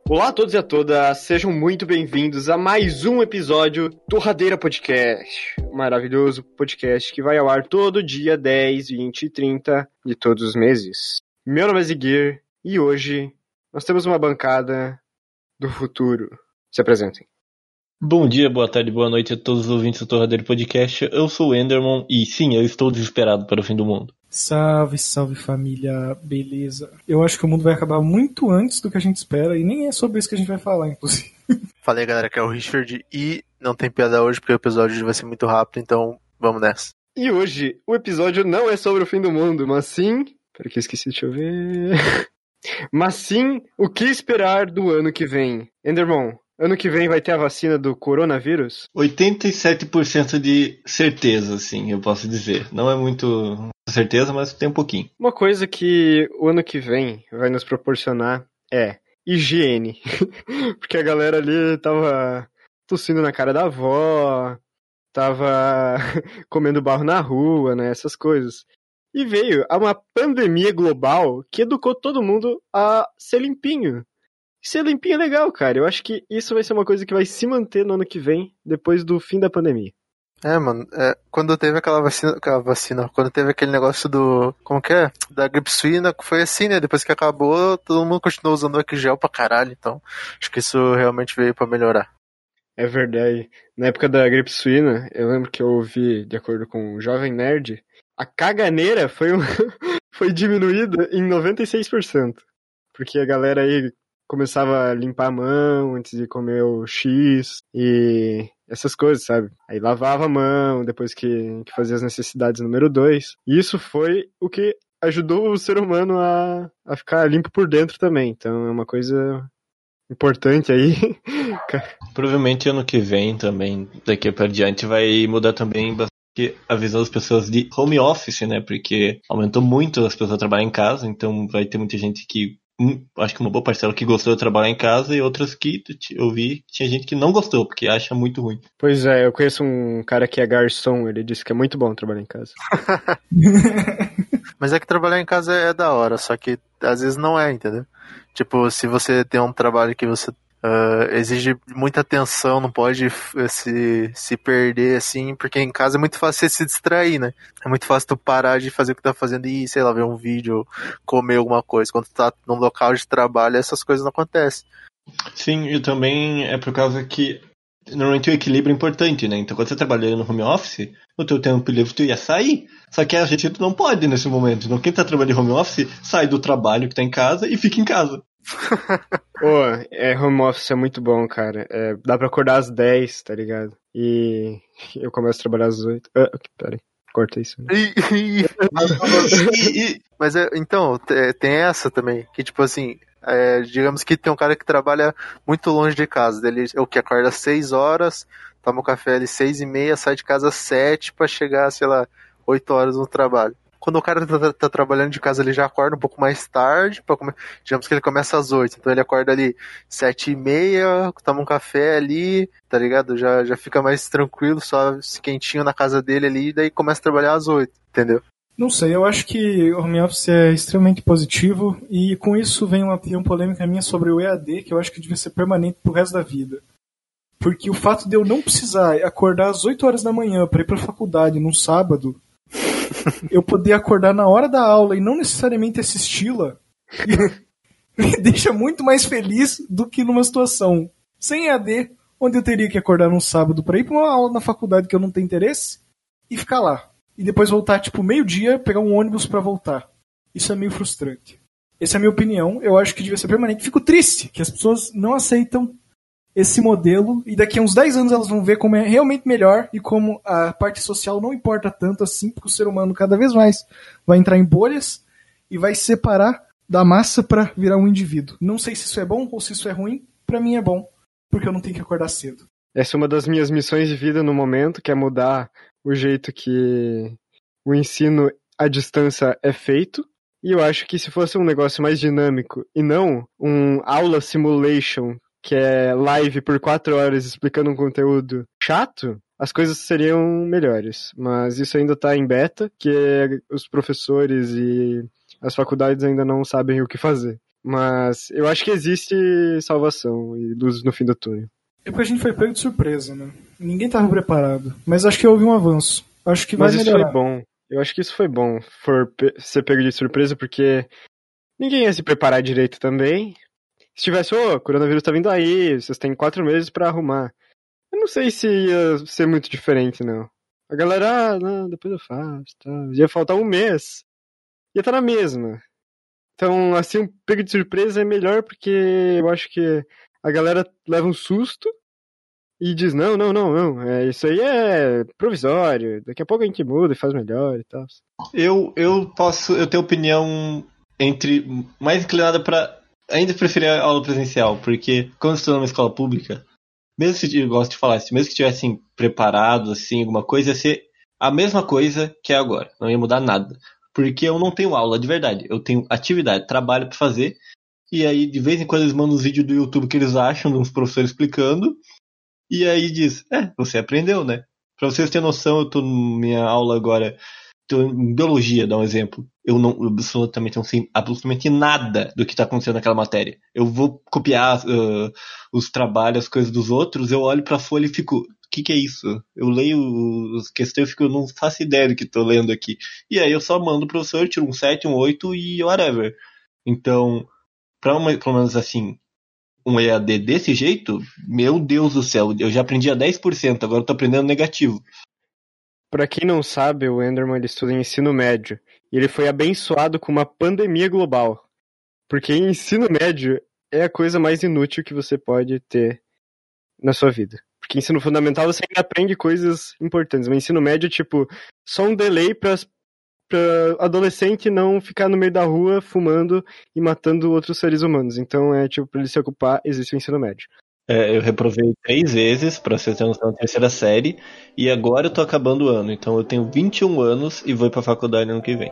Olá a todos e a todas, sejam muito bem-vindos a mais um episódio Torradeira Podcast, um maravilhoso podcast que vai ao ar todo dia 10, 20 e 30 de todos os meses. Meu nome é Ziguir e hoje nós temos uma bancada do futuro. Se apresentem. Bom dia, boa tarde, boa noite a todos os ouvintes do Torradeira Podcast. Eu sou o Enderman e sim, eu estou desesperado para o fim do mundo. Salve, salve família, beleza? Eu acho que o mundo vai acabar muito antes do que a gente espera e nem é sobre isso que a gente vai falar, inclusive. Fala aí, galera, que é o Richard e não tem piada hoje porque o episódio hoje vai ser muito rápido, então vamos nessa. E hoje o episódio não é sobre o fim do mundo, mas sim... Peraí que eu esqueci, deixa eu ver... mas sim, o que esperar do ano que vem. Enderman, ano que vem vai ter a vacina do coronavírus? 87% de certeza, sim, eu posso dizer. Não é muito certeza, mas tem um pouquinho. Uma coisa que o ano que vem vai nos proporcionar é higiene. Porque a galera ali tava tossindo na cara da avó, tava comendo barro na rua, né, essas coisas. E veio uma pandemia global que educou todo mundo a ser limpinho. Ser limpinho é legal, cara. Eu acho que isso vai ser uma coisa que vai se manter no ano que vem, depois do fim da pandemia. Mano, quando teve aquela vacina, quando teve aquele negócio do, como que é? Da gripe suína, foi assim, né? Depois que acabou, todo mundo continuou usando álcool gel pra caralho, então acho que isso realmente veio pra melhorar. É verdade. Na época da gripe suína, eu lembro que eu ouvi, de acordo com o Jovem Nerd, a caganeira foi diminuída em 96%. Porque a galera aí começava a limpar a mão antes de comer o X e essas coisas, sabe? Aí lavava a mão depois que fazia as necessidades número 2. E isso foi o que ajudou o ser humano a ficar limpo por dentro também. Então é uma coisa importante aí. Provavelmente ano que vem também, daqui para diante, vai mudar também bastante a visão das pessoas de home office, né? Porque aumentou muito as pessoas trabalham em casa, então vai ter muita gente que acho que uma boa parcela que gostou de trabalhar em casa e outras que eu vi, tinha gente que não gostou, porque acha muito ruim. Pois é, eu conheço um cara que é garçom, ele disse que é muito bom trabalhar em casa. Mas é que trabalhar em casa é da hora, só que às vezes não é, entendeu? Tipo, se você tem um trabalho que você exige muita atenção, não pode se perder, assim, porque em casa é muito fácil você se distrair, né? É muito fácil tu parar de fazer o que tá fazendo e, sei lá, ver um vídeo, comer alguma coisa. Quando tu tá num local de trabalho, essas coisas não acontecem. Sim, e também é por causa que normalmente o equilíbrio é importante, né? Então quando você trabalha no home office, no teu tempo livre tu ia sair. Só que a gente não pode nesse momento. Então quem tá trabalhando em home office, sai do trabalho que tá em casa e fica em casa. Home office é muito bom, cara. Dá pra acordar às 10, tá ligado? E eu começo a trabalhar às 8. Peraí, corta isso. Mas então, tem essa também, que tipo assim, digamos que tem um cara que trabalha muito longe de casa, ele é o que acorda às 6 horas, toma um café ali 6:30, sai de casa às 7 pra chegar, sei lá, 8 horas no trabalho. Quando o cara tá trabalhando de casa, ele já acorda um pouco mais tarde, digamos que ele começa às 8, então ele acorda ali 7:30, toma um café ali, tá ligado? Já fica mais tranquilo, só quentinho na casa dele ali, e daí começa a trabalhar às 8, entendeu? Não sei, eu acho que o home office é extremamente positivo e com isso vem uma polêmica minha sobre o EAD, que eu acho que devia ser permanente pro resto da vida. Porque o fato de eu não precisar acordar às 8 horas da manhã para ir pra faculdade num sábado, eu poder acordar na hora da aula e não necessariamente assisti-la, me deixa muito mais feliz do que numa situação sem EAD, onde eu teria que acordar num sábado para ir pra uma aula na faculdade que eu não tenho interesse e ficar lá. E depois voltar, tipo, meio-dia, pegar um ônibus pra voltar. Isso é meio frustrante. Essa é a minha opinião. Eu acho que devia ser permanente. Fico triste que as pessoas não aceitam esse modelo e daqui a uns 10 anos elas vão ver como é realmente melhor e como a parte social não importa tanto assim, porque o ser humano cada vez mais vai entrar em bolhas e vai separar da massa pra virar um indivíduo. Não sei se isso é bom ou se isso é ruim. Pra mim é bom, porque eu não tenho que acordar cedo. Essa é uma das minhas missões de vida no momento, que é mudar o jeito que o ensino à distância é feito. E eu acho que se fosse um negócio mais dinâmico e não um aula simulation, que é live por 4 horas explicando um conteúdo chato, as coisas seriam melhores. Mas isso ainda tá em beta, que os professores e as faculdades ainda não sabem o que fazer. Mas eu acho que existe salvação e luz no fim do túnel. É porque a gente foi pego de surpresa, né? Ninguém estava preparado. Mas acho que houve um avanço. Acho que vai Mas isso melhorar. foi bom. Eu acho que isso foi bom, ser pego de surpresa, porque ninguém ia se preparar direito também. Se tivesse, o coronavírus tá vindo aí, vocês têm 4 meses pra arrumar. Eu não sei se ia ser muito diferente, não. A galera, não, depois eu faço, tá. Ia faltar um mês. Ia estar na mesma. Então, assim, um pego de surpresa é melhor porque eu acho que a galera leva um susto e diz, não, isso aí é provisório, daqui a pouco a gente muda e faz melhor e tal. Eu tenho opinião mais inclinada pra ainda preferir a aula presencial, porque quando eu estou numa escola pública, mesmo que eu gosto de falar isso, mesmo que tivessem preparado assim, alguma coisa, ia ser a mesma coisa que é agora, não ia mudar nada. Porque eu não tenho aula de verdade, eu tenho atividade, trabalho pra fazer, e aí de vez em quando eles mandam uns vídeos do YouTube que eles acham, de uns professores explicando, e aí diz, você aprendeu, né? Pra vocês terem noção, eu tô na minha aula agora, tô em biologia, dá um exemplo. Eu absolutamente não sei absolutamente nada do que está acontecendo naquela matéria. Eu vou copiar os trabalhos, as coisas dos outros, eu olho pra folha e fico, o que é isso? Eu leio as questões e fico, eu não faço ideia do que estou lendo aqui. E aí eu só mando o professor, tiro um 7, um 8 e whatever. Então, pelo menos assim, um EAD desse jeito, meu Deus do céu, eu já aprendi a 10%, agora eu tô aprendendo negativo. Pra quem não sabe, o Enderman ele estuda em ensino médio. E ele foi abençoado com uma pandemia global. Porque ensino médio é a coisa mais inútil que você pode ter na sua vida. Porque ensino fundamental você ainda aprende coisas importantes. Mas ensino médio é tipo só um delay pra adolescente não ficar no meio da rua fumando e matando outros seres humanos. Então é tipo, pra ele se ocupar, existe o ensino médio. Eu reprovei 3 vezes, pra vocês terem noção, na terceira série, e agora eu tô acabando o ano, então eu tenho 21 anos e vou pra faculdade ano que vem.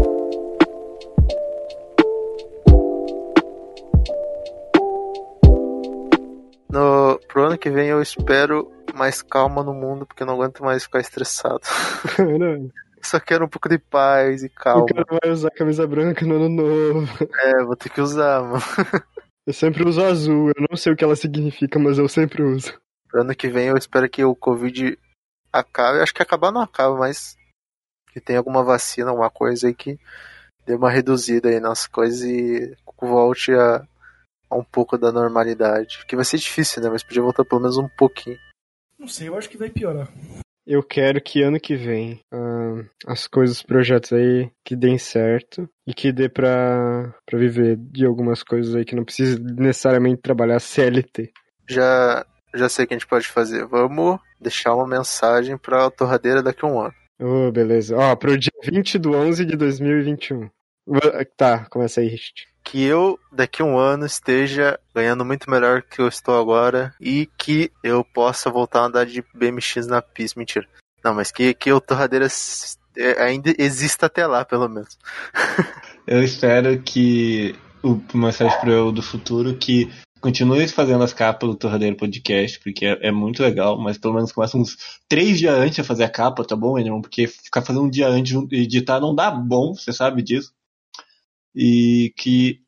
Pro ano que vem eu espero mais calma no mundo, porque eu não aguento mais ficar estressado. Só quero um pouco de paz e calma. O cara vai usar camisa branca no ano novo. Vou ter que usar, mano. Eu sempre uso azul, eu não sei o que ela significa, mas eu sempre uso. Pro ano que vem eu espero que o Covid acabe. Acho que acabar não acaba, mas que tenha alguma vacina, alguma coisa aí que dê uma reduzida aí nas coisas e volte a um pouco da normalidade. Que vai ser difícil, né? Mas podia voltar pelo menos um pouquinho. Não sei, eu acho que vai piorar. Eu quero que ano que vem as coisas, os projetos aí que deem certo e que dê pra viver de algumas coisas aí que não precisa necessariamente trabalhar CLT. Já sei o que a gente pode fazer. Vamos deixar uma mensagem pra torradeira daqui a um ano. Oh, beleza. Pro dia 20/11/2021. Tá, começa aí, Richard. Que eu, daqui a um ano, esteja ganhando muito melhor que eu estou agora e que eu possa voltar a andar de BMX na pista. Mentira. Não, mas que o torradeira ainda exista até lá, pelo menos. Eu espero que uma mensagem pro eu do futuro que continue fazendo as capas do Torradeiro Podcast, porque é muito legal, mas pelo menos começa uns 3 dias antes a fazer a capa, tá bom, irmão? Porque ficar fazendo um dia antes de editar não dá bom, você sabe disso. E que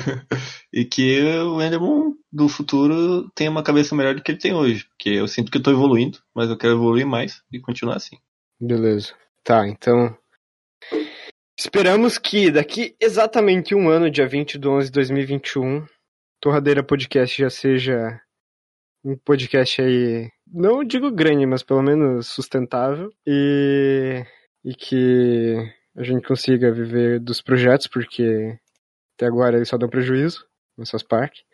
o Enderman do futuro tenha uma cabeça melhor do que ele tem hoje. Porque eu sinto que eu tô evoluindo, mas eu quero evoluir mais e continuar assim. Beleza. Tá, então esperamos que daqui exatamente um ano, dia 20/11/2021, Torradeira Podcast já seja um podcast aí, não digo grande, mas pelo menos sustentável. E que a gente consiga viver dos projetos, porque até agora eles só dão prejuízo, não faz parte.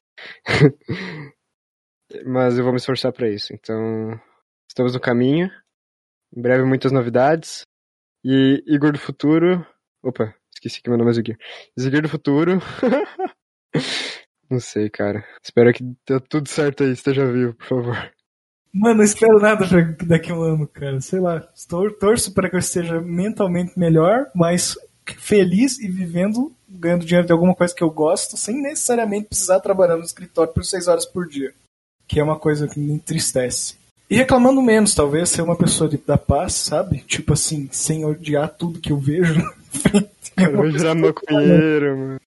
Mas eu vou me esforçar para isso. Então, estamos no caminho. Em breve, muitas novidades. E Igor do Futuro... Opa, esqueci que meu nome é Ziguir. Ziguir do Futuro... Não sei, cara. Espero que dê tudo certo aí, esteja vivo, por favor. Mano, não espero nada daqui a um ano, cara. Sei lá. Torço para que eu esteja mentalmente melhor, mas feliz e vivendo, ganhando dinheiro de alguma coisa que eu gosto, sem necessariamente precisar trabalhar no escritório por 6 horas por dia. Que é uma coisa que me entristece. E reclamando menos, talvez, ser uma pessoa da paz, sabe? Tipo assim, sem odiar tudo que eu vejo. Eu vou virar maconheiro, mano.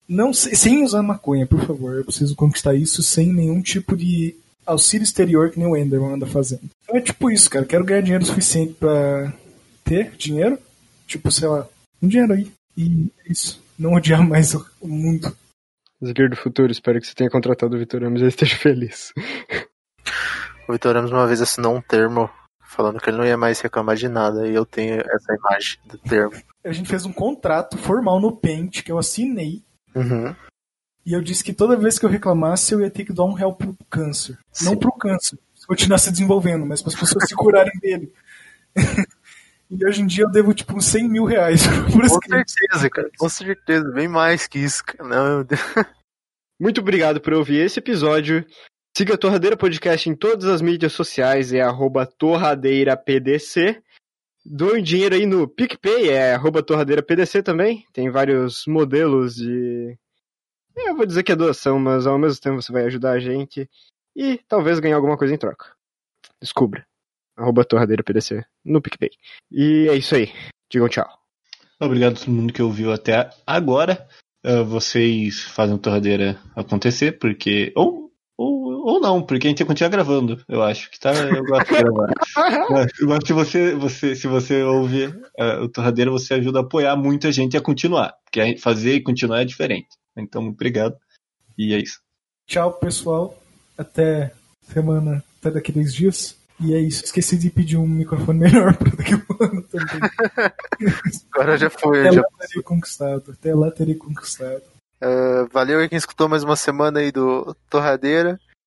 Não, sem usar maconha, por favor. Eu preciso conquistar isso sem nenhum tipo de auxílio exterior que nem o Enderman anda fazendo. Então é tipo isso, cara. Quero ganhar dinheiro suficiente pra ter dinheiro. Tipo, sei lá, um dinheiro aí. E é isso. Não odiar mais o mundo. Zigueiro do futuro, espero que você tenha contratado o Vitor Ramos e eu esteja feliz. O Vitor Ramos uma vez assinou um termo falando que ele não ia mais reclamar de nada. E eu tenho essa imagem do termo. A gente fez um contrato formal no Paint que eu assinei. Uhum. E eu disse que toda vez que eu reclamasse, eu ia ter que dar R$1 pro câncer. Sim. Não pro câncer, se continuasse desenvolvendo, mas para as pessoas se curarem dele. E hoje em dia eu devo tipo uns R$100 mil por Com certeza, cara. Com certeza. Bem mais que isso, cara. Não, meu Deus. Muito obrigado por ouvir esse episódio. Siga a Torradeira Podcast em todas as mídias sociais, é @torradeirapdc. Doe dinheiro aí no PicPay, é @torradeirapdc também. Tem vários modelos de... Eu vou dizer que é doação, mas ao mesmo tempo você vai ajudar a gente e talvez ganhar alguma coisa em troca. Descubra. @torradeirapdc no PicPay. E é isso aí. Digam tchau. Obrigado a todo mundo que ouviu até agora. Vocês fazem a Torradeira acontecer, porque... Ou não, porque a gente ia continuar gravando, eu acho. Eu gosto de gravar. Eu gosto que se você ouve o Torradeira, você ajuda a apoiar muita gente a continuar. Porque fazer e continuar é diferente. Então, muito obrigado. E é isso. Tchau, pessoal. Até daqui 2 dias. E é isso. Esqueci de pedir um microfone melhor para daqui a um ano também. Agora já foi. Até lá terei conquistado. Valeu aí quem escutou mais uma semana aí do Torradeira.